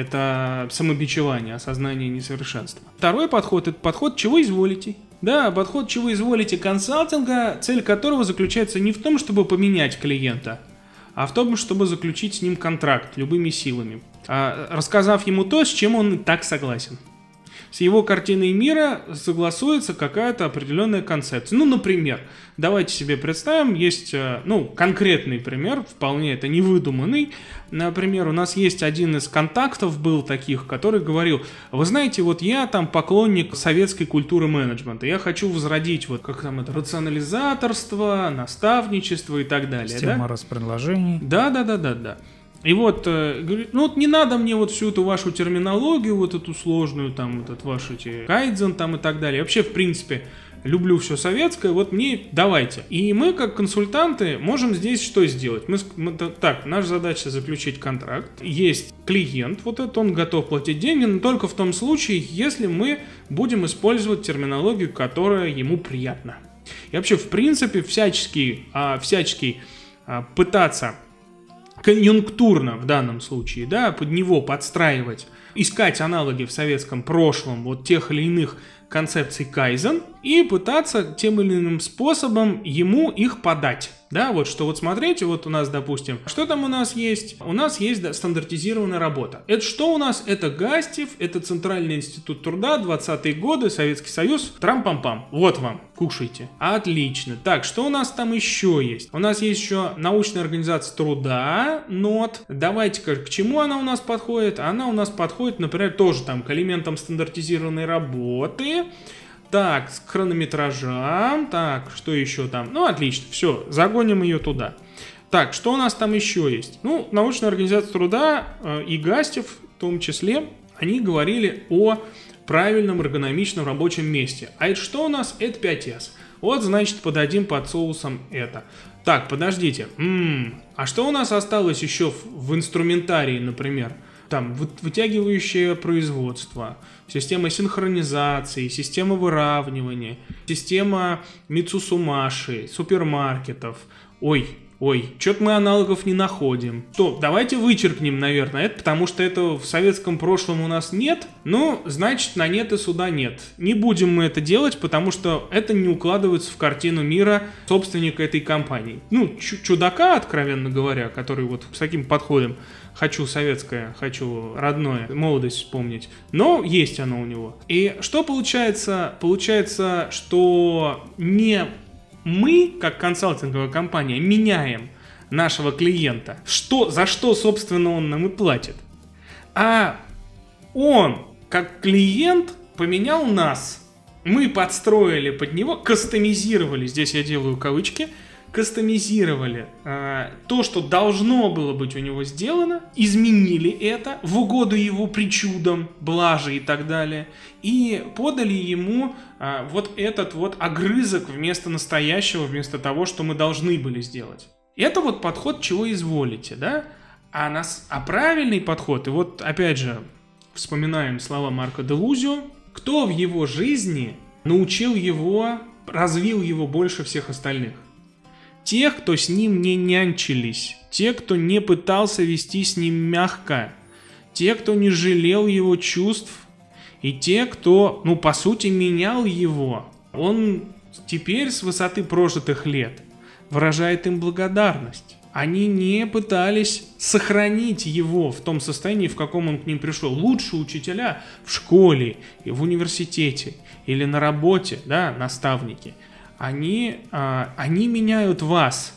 это самобичевание, осознание несовершенства. Второй подход – это подход «чего изволите». Да, подход «чего изволите» консалтинга, цель которого заключается не в том, чтобы поменять клиента, а в том, чтобы заключить с ним контракт любыми силами, рассказав ему то, с чем он и так согласен. С его картиной мира согласуется какая-то определенная концепция. Ну, например, давайте себе представим, есть, ну, конкретный пример, вполне это не выдуманный. Например, у нас есть один из контактов был таких, который говорил: вы знаете, вот я там поклонник советской культуры менеджмента, я хочу возродить вот как там это рационализаторство, наставничество и так далее. Система да? распредложений. Да, да, да, да, да. И вот, э, говорит, ну вот не надо мне вот всю эту вашу терминологию, вот эту сложную, там, вот этот ваш эти кайдзен там и так далее. Вообще, в принципе, люблю все советское, вот мне давайте. И мы, как консультанты, можем здесь что сделать? Мы, мы, так, наша задача заключить контракт. Есть клиент, вот этот, он готов платить деньги, но только в том случае, если мы будем использовать терминологию, которая ему приятна. И вообще, в принципе, всячески, а, всячески а, пытаться конъюнктурно в данном случае, да, под него подстраивать, искать аналоги в советском прошлом вот тех или иных концепций кайзен и пытаться тем или иным способом ему их подать. Да, вот что вот смотрите, вот у нас, допустим, что там у нас есть? У нас есть да, стандартизированная работа. Это что у нас? Это Гастев, это Центральный институт труда, двадцатые годы, Советский Союз, трам-пам-пам. Вот вам, кушайте. Отлично. Так, что у нас там еще есть? У нас есть еще научная организация труда, НОТ. Давайте-ка, к чему она у нас подходит? Она у нас подходит, например, тоже там к элементам стандартизированной работы. Так, с хронометражам, так, что еще там? Ну, отлично, все, загоним ее туда. Так, что у нас там еще есть? Ну, научная организация труда э, и Гастев в том числе, они говорили о правильном эргономичном рабочем месте. А это что у нас? Это пять эс. Вот, значит, подадим под соусом это. Так, подождите. М-м, а что у нас осталось еще в, в инструментарии, например? Там вытягивающее производство, система синхронизации, система выравнивания, система Мицусумаши, супермаркетов. Ой, ой, что-то мы аналогов не находим. Что, давайте вычеркнем, наверное, это, потому что это в советском прошлом у нас нет. Ну, значит, на нет и суда нет. Не будем мы это делать, потому что это не укладывается в картину мира собственника этой компании. Ну, чудака, откровенно говоря, который вот с таким подходом хочу советское, хочу родное, молодость вспомнить. Но есть оно у него. И что получается? Получается, что не мы, как консалтинговая компания, меняем нашего клиента. Что, за что, собственно, он нам и платит. А он, как клиент, поменял нас. Мы подстроили под него, кастомизировали, здесь я делаю кавычки, кастомизировали э, то, что должно было быть у него сделано, изменили это в угоду его причудам, блаже и так далее, и подали ему э, вот этот вот огрызок вместо настоящего, вместо того, что мы должны были сделать. Это вот подход «чего изволите», да? А, нас, а правильный подход, и вот опять же вспоминаем слова Марко Делузио, кто в его жизни научил его, развил его больше всех остальных? Тех, кто с ним не нянчились, те, кто не пытался вести с ним мягко, те, кто не жалел его чувств, и те, кто, ну, по сути, менял его. Он теперь с высоты прожитых лет выражает им благодарность. Они не пытались сохранить его в том состоянии, в каком он к ним пришел. Лучшие учителя в школе, в университете или на работе, да, наставники – Они, а, они меняют вас.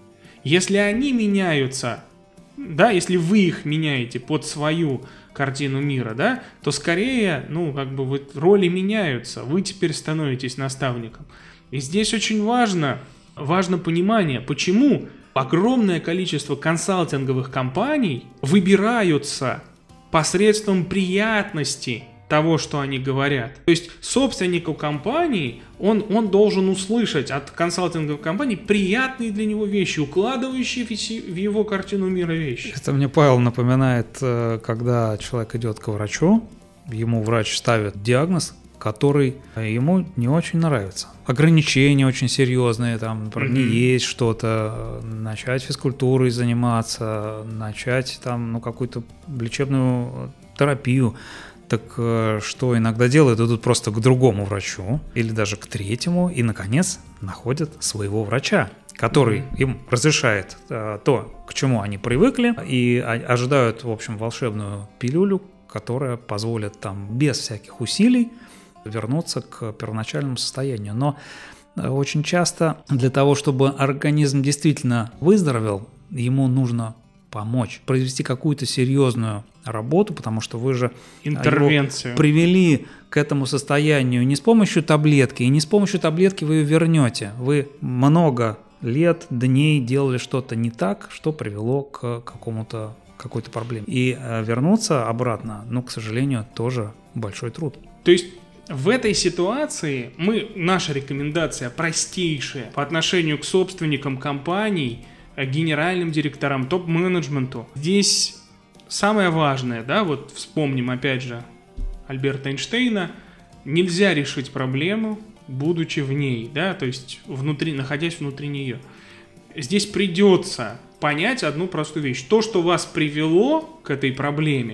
Если они меняются, да, если вы их меняете под свою картину мира, да, то скорее, ну, как бы вот роли меняются. Вы теперь становитесь наставником. И здесь очень важно, важно понимание, почему огромное количество консалтинговых компаний выбираются посредством приятности того, что они говорят. То есть собственнику компании, он, он должен услышать от консалтинговой компании приятные для него вещи, укладывающие в его картину мира вещи. Это мне Павел напоминает, когда человек идет к врачу, ему врач ставит диагноз, который ему не очень нравится. Ограничения очень серьезные, там, например, mm-hmm. не есть что-то, начать физкультурой заниматься, начать там, ну, какую-то лечебную терапию. Так что иногда делают, идут просто к другому врачу или даже к третьему и, наконец, находят своего врача, который mm-hmm. им разрешает а, то, к чему они привыкли, и а, ожидают, в общем, волшебную пилюлю, которая позволит там без всяких усилий вернуться к первоначальному состоянию. Но очень часто для того, чтобы организм действительно выздоровел, ему нужно помочь, произвести какую-то серьезную работу, потому что вы же интервенцию привели к этому состоянию не с помощью таблетки, и не с помощью таблетки вы ее вернете. Вы много лет, дней делали что-то не так, что привело к какому-то, какой-то проблеме. И вернуться обратно, ну, к сожалению, тоже большой труд. То есть в этой ситуации мы, наша рекомендация простейшая по отношению к собственникам компаний, генеральным директорам, топ-менеджменту. Здесь самое важное, да, вот вспомним опять же Альберта Эйнштейна, нельзя решить проблему, будучи в ней, да, то есть внутри, находясь внутри нее. Здесь придется понять одну простую вещь. То, что вас привело к этой проблеме,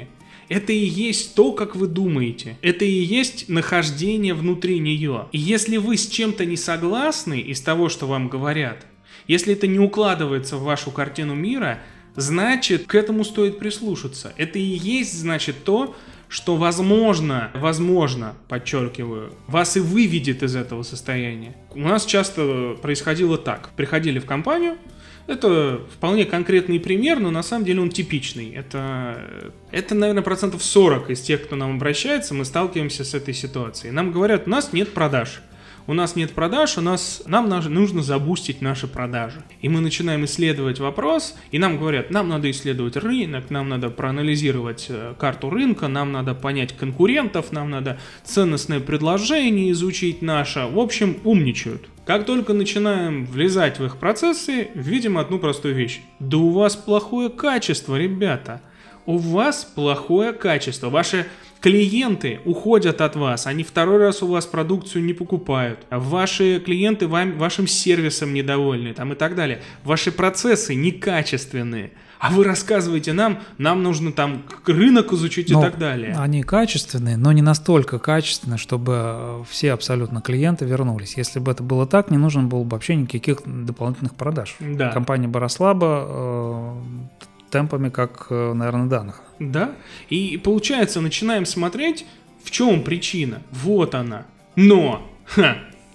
Это и есть то, как вы думаете. Это и есть нахождение внутри нее. И если вы с чем-то не согласны из того, что вам говорят, если это не укладывается в вашу картину мира, значит, к этому стоит прислушаться. Это и есть, значит, то, что возможно, возможно, подчеркиваю, вас и выведет из этого состояния. У нас часто происходило так. Приходили в компанию, это вполне конкретный пример, но на самом деле он типичный. Это, это, наверное, процентов сорок из тех, кто нам обращается, мы сталкиваемся с этой ситуацией. Нам говорят, у нас нет продаж. У нас нет продаж, у нас, нам нужно забустить наши продажи. И мы начинаем исследовать вопрос, и нам говорят, нам надо исследовать рынок, нам надо проанализировать карту рынка, нам надо понять конкурентов, нам надо ценностное предложение изучить наше. В общем, умничают. Как только начинаем влезать в их процессы, видим одну простую вещь. Да у вас плохое качество, ребята. У вас плохое качество. Ваши клиенты уходят от вас, они второй раз у вас продукцию не покупают, ваши клиенты вам, вашим сервисом недовольны там, и так далее. Ваши процессы некачественные, а вы рассказываете нам, нам нужно там рынок изучить но и так далее. Они качественные, но не настолько качественные, чтобы все абсолютно клиенты вернулись. Если бы это было так, не нужно было бы вообще никаких дополнительных продаж. Да. Компания бы росла бы э, темпами, как, наверное, данных. Да, и получается, начинаем смотреть, в чем причина. Вот она. Но, ха,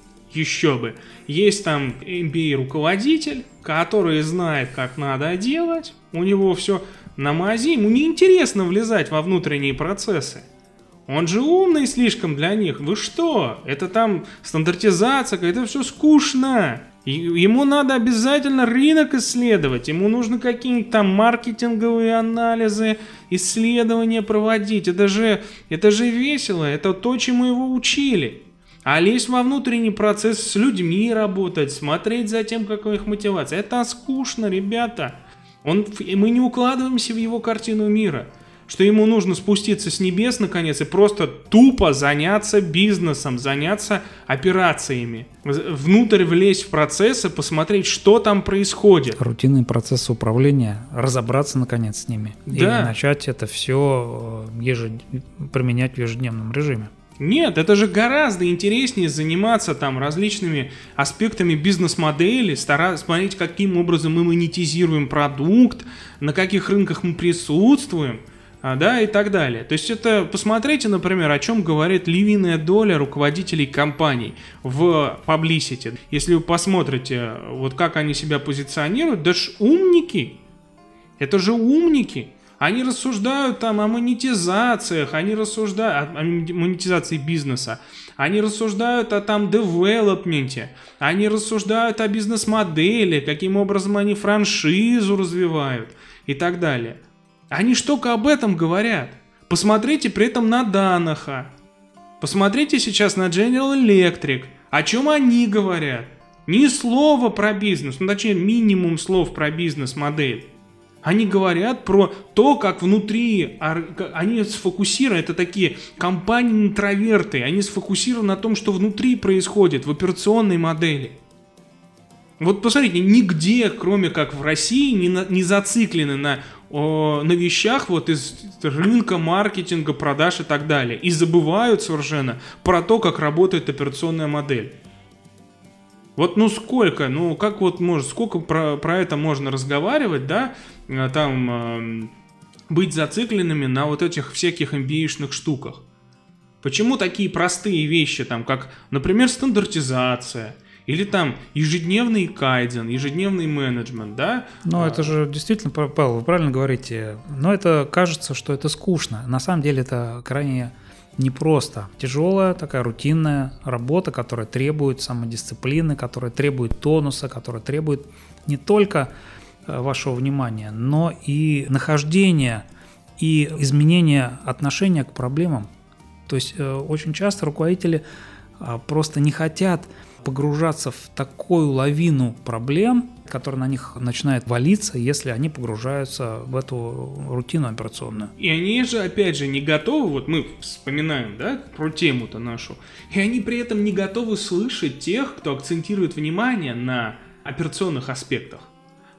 еще бы, есть там эм би эй-руководитель, который знает, как надо делать, у него все на мази, ему неинтересно влезать во внутренние процессы. Он же умный слишком для них. Вы что? Это там стандартизация, это все скучно. Ему надо обязательно рынок исследовать, ему нужно какие-нибудь там маркетинговые анализы, исследования проводить. Это же, это же весело, это то, чему его учили. А лезть во внутренний процесс, с людьми работать, смотреть за тем, какая их мотивация, это скучно, ребята. Он, мы не укладываемся в его картину мира. Что ему нужно спуститься с небес наконец и просто тупо заняться бизнесом, заняться операциями. Внутрь влезть в процессы, посмотреть, что там происходит. Рутинные процессы управления, разобраться наконец с ними. Да. И начать это все ежед... применять в ежедневном режиме. Нет, это же гораздо интереснее заниматься там различными аспектами бизнес-модели, стараться смотреть, каким образом мы монетизируем продукт, на каких рынках мы присутствуем. Да, и так далее. То есть это, посмотрите, например, о чем говорит львиная доля руководителей компаний в publicity. Если вы посмотрите, вот как они себя позиционируют, да ж умники. Это же умники. Они рассуждают там о монетизациях, они рассуждают о монетизации бизнеса, они рассуждают о там девелопменте, они рассуждают о бизнес-модели, каким образом они франшизу развивают и так далее. Они ж только об этом говорят. Посмотрите при этом на Данаха. Посмотрите сейчас на General Electric. О чем они говорят? Ни слова про бизнес, ну точнее минимум слов про бизнес-модель. Они говорят про то, как внутри, они сфокусированы, это такие компании-интроверты, они сфокусированы на том, что внутри происходит в операционной модели. Вот посмотрите, нигде, кроме как в России, не, на, не зациклены на, о, на вещах вот из рынка, маркетинга, продаж и так далее. И забывают совершенно про то, как работает операционная модель. Вот ну сколько, ну как вот может, сколько про, про это можно разговаривать, да, там э, быть зацикленными на вот этих всяких эм би эй-шных штуках. Почему такие простые вещи, там, как, например, стандартизация, или там ежедневный кайдзен, ежедневный менеджмент, да? Ну, а... это же действительно, Павел, вы правильно говорите, но это кажется, что это скучно. На самом деле это крайне непросто. Тяжелая такая рутинная работа, которая требует самодисциплины, которая требует тонуса, которая требует не только вашего внимания, но и нахождения и изменения отношения к проблемам. То есть очень часто руководители просто не хотят погружаться в такую лавину проблем, которая на них начинает валиться, если они погружаются в эту рутину операционную. И они же, опять же, не готовы, вот мы вспоминаем, да, про тему-то нашу, и они при этом не готовы слышать тех, кто акцентирует внимание на операционных аспектах.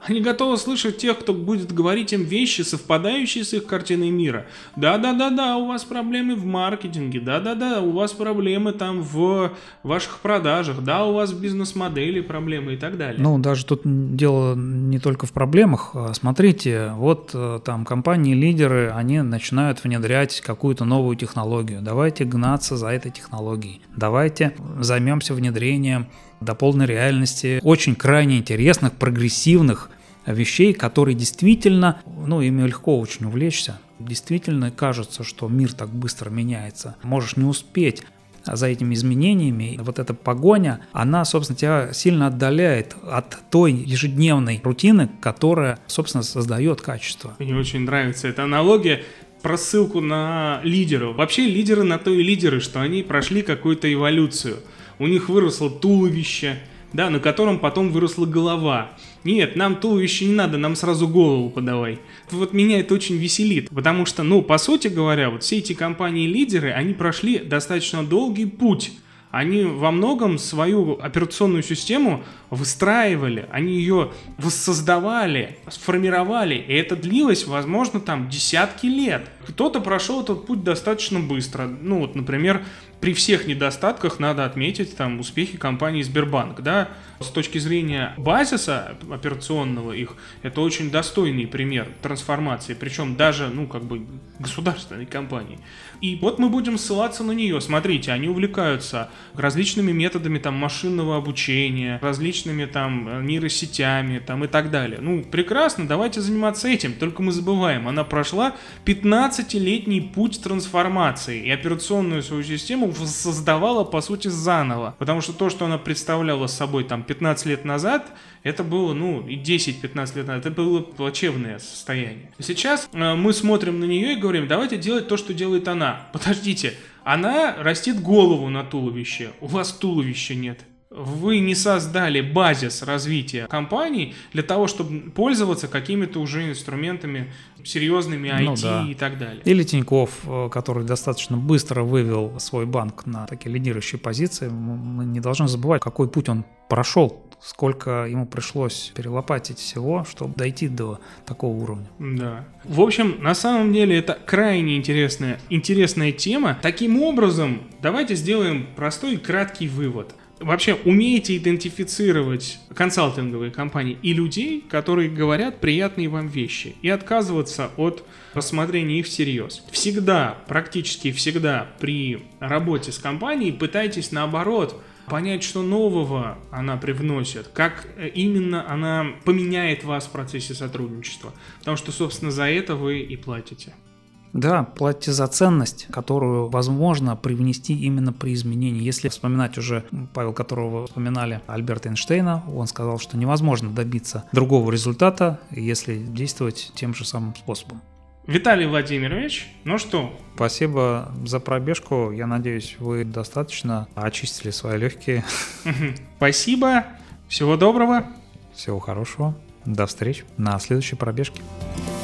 Они готовы слышать тех, кто будет говорить им вещи, совпадающие с их картиной мира. Да-да-да-да, у вас проблемы в маркетинге, да-да-да, у вас проблемы там в ваших продажах, да, у вас в бизнес-модели проблемы и так далее. Ну, даже тут дело не только в проблемах. Смотрите, вот там компании-лидеры, они начинают внедрять какую-то новую технологию. Давайте гнаться за этой технологией. Давайте займемся внедрением до полной реальности очень крайне интересных, прогрессивных вещей, которые действительно, ну, ими легко очень увлечься. Действительно кажется, что мир так быстро меняется. Можешь не успеть за этими изменениями. Вот эта погоня, она, собственно, тебя сильно отдаляет от той ежедневной рутины, которая, собственно, создает качество. Мне очень нравится эта аналогия про ссылку на лидеров. Вообще лидеры на то и лидеры, что они прошли какую-то эволюцию. У них выросло туловище, да, на котором потом выросла голова. Нет, нам туловище не надо, нам сразу голову подавай. Вот меня это очень веселит, потому что, ну, по сути говоря, вот все эти компании-лидеры, они прошли достаточно долгий путь. Они во многом свою операционную систему выстраивали, они ее воссоздавали, сформировали, и это длилось, возможно, там десятки лет. Кто-то прошел этот путь достаточно быстро. Ну, вот, например, при всех недостатках надо отметить там успехи компании Сбербанк, да. С точки зрения базиса операционного их, это очень достойный пример трансформации, причем даже, ну, как бы государственной компании. И вот мы будем ссылаться на нее. Смотрите, они увлекаются различными методами там машинного обучения, различными там нейросетями там и так далее. Ну, прекрасно, давайте заниматься этим. Только мы забываем, она прошла пятнадцатилетний путь трансформации и операционную свою систему создавала, по сути, заново. Потому что то, что она представляла собой там пятнадцать лет назад, это было, ну, и десять-пятнадцать лет назад, это было плачевное состояние. Сейчас э, мы смотрим на нее и говорим, давайте делать то, что делает она. Подождите, она растит голову на туловище, у вас туловища нет. Вы не создали базис развития компаний для того, чтобы пользоваться какими-то уже инструментами серьезными ай ти, ну, да, и так далее. Или Тинькофф, который достаточно быстро вывел свой банк на такие лидирующие позиции. Мы не должны забывать, какой путь он прошел, сколько ему пришлось перелопатить всего, чтобы дойти до такого уровня. Да. В общем, на самом деле это крайне интересная, интересная тема. Таким образом, давайте сделаем простой и краткий вывод. Вообще, умеете идентифицировать консалтинговые компании и людей, которые говорят приятные вам вещи, и отказываться от рассмотрения их всерьез. Всегда, практически всегда при работе с компанией пытайтесь, наоборот, понять, что нового она привносит, как именно она поменяет вас в процессе сотрудничества. Потому что, собственно, за это вы и платите. Да, платите за ценность, которую возможно привнести именно при изменении. Если вспоминать уже Павел, которого вспоминали, Альберта Эйнштейна, он сказал, что невозможно добиться другого результата, если действовать тем же самым способом. Виталий Владимирович, ну что? Спасибо за пробежку. Я надеюсь, вы достаточно очистили свои легкие. Спасибо. Всего доброго. Всего хорошего. До встречи на следующей пробежке.